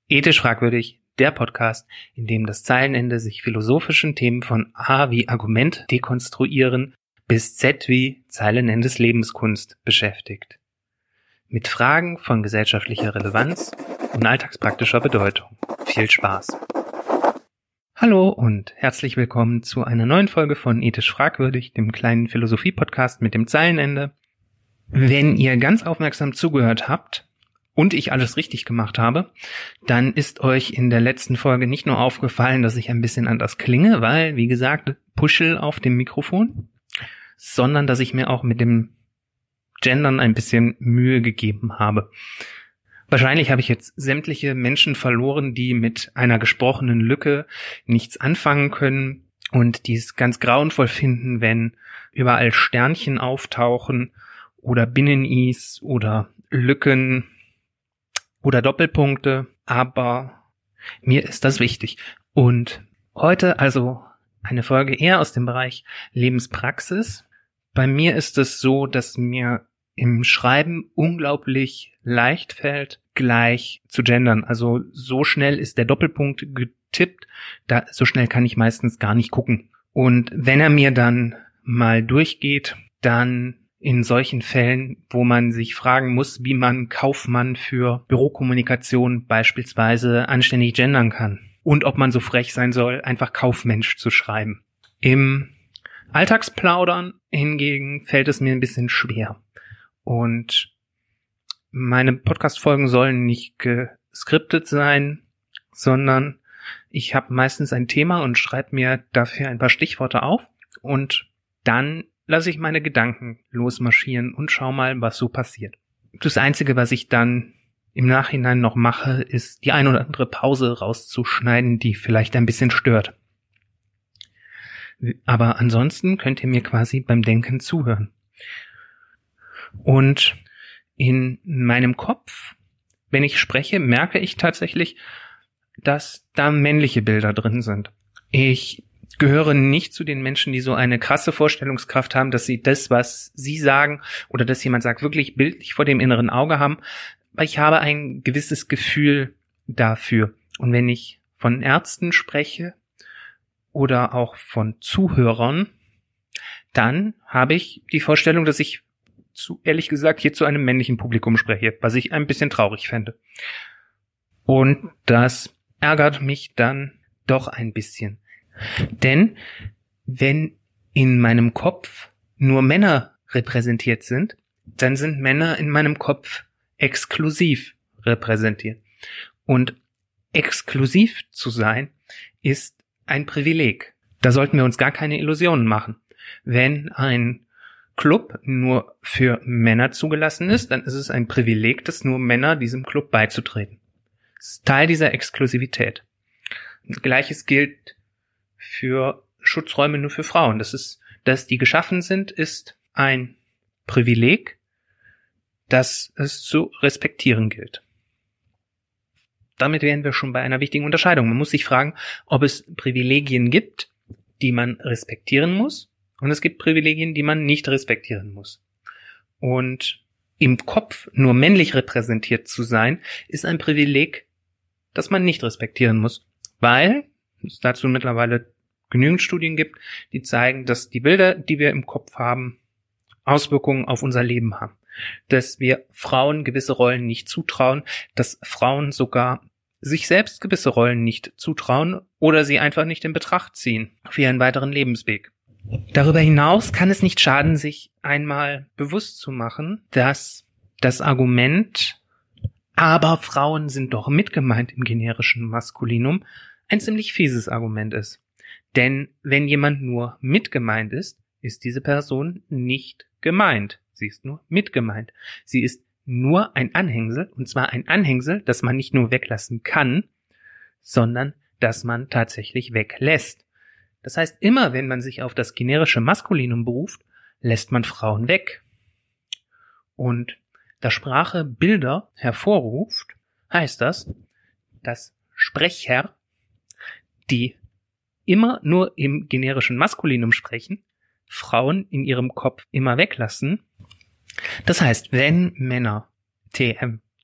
Ethisch fragwürdig, der Podcast, in dem das Zeilenende sich philosophischen Themen von A wie Argument dekonstruieren bis Z wie Zeilenendes Lebenskunst beschäftigt. Mit Fragen von gesellschaftlicher Relevanz und alltagspraktischer Bedeutung. Viel Spaß! Hallo und herzlich willkommen zu einer neuen Folge von Ethisch fragwürdig, dem kleinen Philosophie-Podcast mit dem Zeilenende. Wenn ihr ganz aufmerksam zugehört habt, und ich alles richtig gemacht habe, dann ist euch in der letzten Folge nicht nur aufgefallen, dass ich ein bisschen anders klinge, weil, wie gesagt, Puschel auf dem Mikrofon, sondern dass ich mir auch mit dem Gendern ein bisschen Mühe gegeben habe. Wahrscheinlich habe ich jetzt sämtliche Menschen verloren, die mit einer gesprochenen Lücke nichts anfangen können und die es ganz grauenvoll finden, wenn überall Sternchen auftauchen oder Binnen-Is oder Lücken oder Doppelpunkte, aber mir ist das wichtig. Und heute also eine Folge eher aus dem Bereich Lebenspraxis. Bei mir ist es so, dass mir im Schreiben unglaublich leicht fällt, gleich zu gendern. Also so schnell ist der Doppelpunkt getippt, so schnell kann ich meistens gar nicht gucken. Und wenn er mir dann mal durchgeht, dann in solchen Fällen, wo man sich fragen muss, wie man Kaufmann für Bürokommunikation beispielsweise anständig gendern kann. Und ob man so frech sein soll, einfach Kaufmensch zu schreiben. Im Alltagsplaudern hingegen fällt es mir ein bisschen schwer. Und meine Podcast-Folgen sollen nicht geskriptet sein, sondern ich habe meistens ein Thema und schreibe mir dafür ein paar Stichworte auf und dann lasse ich meine Gedanken losmarschieren und schau mal, was so passiert. Das Einzige, was ich dann im Nachhinein noch mache, ist die ein oder andere Pause rauszuschneiden, die vielleicht ein bisschen stört. Aber ansonsten könnt ihr mir quasi beim Denken zuhören. Und in meinem Kopf, wenn ich spreche, merke ich tatsächlich, dass da männliche Bilder drin sind. Ich gehöre nicht zu den Menschen, die so eine krasse Vorstellungskraft haben, dass sie das, was sie sagen oder dass jemand sagt, wirklich bildlich vor dem inneren Auge haben. Aber ich habe ein gewisses Gefühl dafür. Und wenn ich von Ärzten spreche oder auch von Zuhörern, dann habe ich die Vorstellung, dass ich ehrlich gesagt hier zu einem männlichen Publikum spreche, was ich ein bisschen traurig fände. Und das ärgert mich dann doch ein bisschen. Denn wenn in meinem Kopf nur Männer repräsentiert sind, dann sind Männer in meinem Kopf exklusiv repräsentiert. Und exklusiv zu sein ist ein Privileg. Da sollten wir uns gar keine Illusionen machen. Wenn ein Club nur für Männer zugelassen ist, dann ist es ein Privileg, dass nur Männer diesem Club beizutreten. Das ist Teil dieser Exklusivität. Gleiches gilt für Schutzräume nur für Frauen. Dass die geschaffen sind, ist ein Privileg, das es zu respektieren gilt. Damit wären wir schon bei einer wichtigen Unterscheidung. Man muss sich fragen, ob es Privilegien gibt, die man respektieren muss, und es gibt Privilegien, die man nicht respektieren muss. Und im Kopf nur männlich repräsentiert zu sein, ist ein Privileg, das man nicht respektieren muss, weil es dazu mittlerweile genügend Studien gibt, die zeigen, dass die Bilder, die wir im Kopf haben, Auswirkungen auf unser Leben haben. Dass wir Frauen gewisse Rollen nicht zutrauen, dass Frauen sogar sich selbst gewisse Rollen nicht zutrauen oder sie einfach nicht in Betracht ziehen für ihren weiteren Lebensweg. Darüber hinaus kann es nicht schaden, sich einmal bewusst zu machen, dass das Argument, aber Frauen sind doch mitgemeint im generischen Maskulinum, ein ziemlich fieses Argument ist. Denn wenn jemand nur mitgemeint ist, ist diese Person nicht gemeint. Sie ist nur mitgemeint. Sie ist nur ein Anhängsel, und zwar ein Anhängsel, das man nicht nur weglassen kann, sondern das man tatsächlich weglässt. Das heißt, immer wenn man sich auf das generische Maskulinum beruft, lässt man Frauen weg. Und da Sprache Bilder hervorruft, heißt das, dass Sprecher, die immer nur im generischen Maskulinum sprechen, Frauen in ihrem Kopf immer weglassen. Das heißt, wenn Männer TM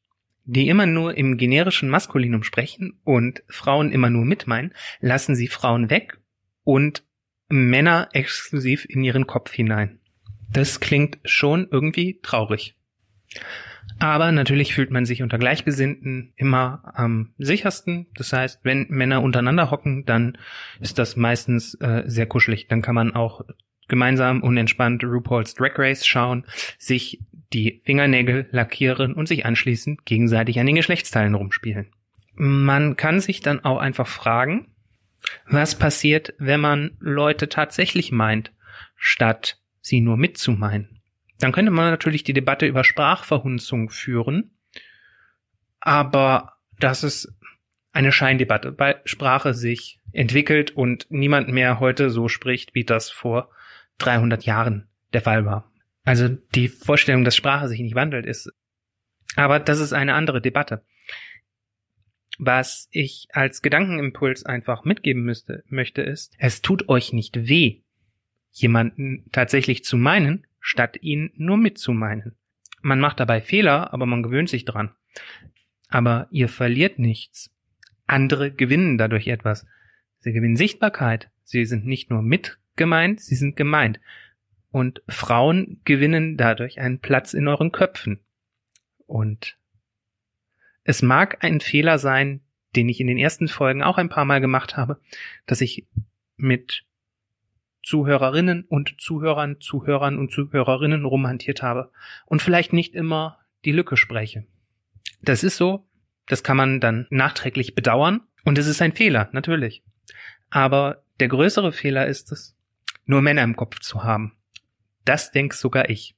die immer nur im generischen Maskulinum sprechen und Frauen immer nur mit meinen, lassen sie Frauen weg und Männer exklusiv in ihren Kopf hinein. Das klingt schon irgendwie traurig. Aber natürlich fühlt man sich unter Gleichgesinnten immer am sichersten. Das heißt, wenn Männer untereinander hocken, dann ist das meistens sehr kuschelig. Dann kann man auch gemeinsam und entspannt RuPaul's Drag Race schauen, sich die Fingernägel lackieren und sich anschließend gegenseitig an den Geschlechtsteilen rumspielen. Man kann sich dann auch einfach fragen, was passiert, wenn man Leute tatsächlich meint, statt sie nur mitzumeinen. Dann könnte man natürlich die Debatte über Sprachverhunzung führen, aber das ist eine Scheindebatte, weil Sprache sich entwickelt und niemand mehr heute so spricht, wie das vor 300 Jahren der Fall war. Also die Vorstellung, dass Sprache sich nicht wandelt, ist, aber das ist eine andere Debatte. Was ich als Gedankenimpuls einfach mitgeben möchte, ist, es tut euch nicht weh, jemanden tatsächlich zu meinen, statt ihn nur mitzumeinen. Man macht dabei Fehler, aber man gewöhnt sich dran. Aber ihr verliert nichts. Andere gewinnen dadurch etwas. Sie gewinnen Sichtbarkeit. Sie sind nicht nur mit gemeint, sie sind gemeint. Und Frauen gewinnen dadurch einen Platz in euren Köpfen. Und es mag ein Fehler sein, den ich in den ersten Folgen auch ein paar Mal gemacht habe, dass ich mit Zuhörerinnen und Zuhörern und Zuhörerinnen rumhantiert habe und vielleicht nicht immer die Lücke spreche. Das ist so, das kann man dann nachträglich bedauern und es ist ein Fehler, natürlich. Aber der größere Fehler ist es, nur Männer im Kopf zu haben. Das denk sogar ich.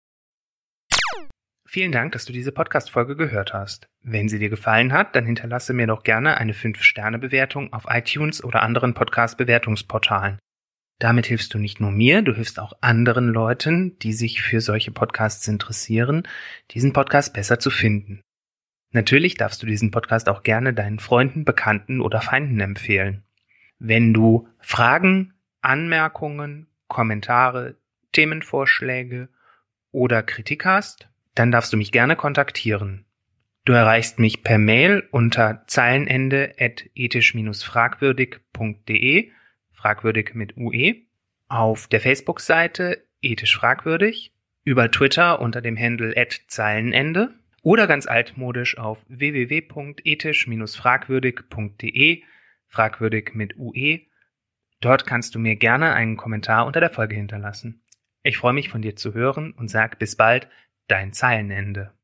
Vielen Dank, dass du diese Podcast-Folge gehört hast. Wenn sie dir gefallen hat, dann hinterlasse mir doch gerne eine 5-Sterne-Bewertung auf iTunes oder anderen Podcast-Bewertungsportalen. Damit hilfst du nicht nur mir, du hilfst auch anderen Leuten, die sich für solche Podcasts interessieren, diesen Podcast besser zu finden. Natürlich darfst du diesen Podcast auch gerne deinen Freunden, Bekannten oder Feinden empfehlen. Wenn du Fragen, Anmerkungen, Kommentare, Themenvorschläge oder Kritik hast, dann darfst du mich gerne kontaktieren. Du erreichst mich per Mail unter zeilenende@ethisch-fragwürdig.de, fragwürdig mit UE, auf der Facebook-Seite ethisch fragwürdig, über Twitter unter dem Handle @zeilenende oder ganz altmodisch auf www.ethisch-fragwürdig.de, fragwürdig mit UE. Dort kannst du mir gerne einen Kommentar unter der Folge hinterlassen. Ich freue mich, von dir zu hören und sag bis bald, dein Zeilenende.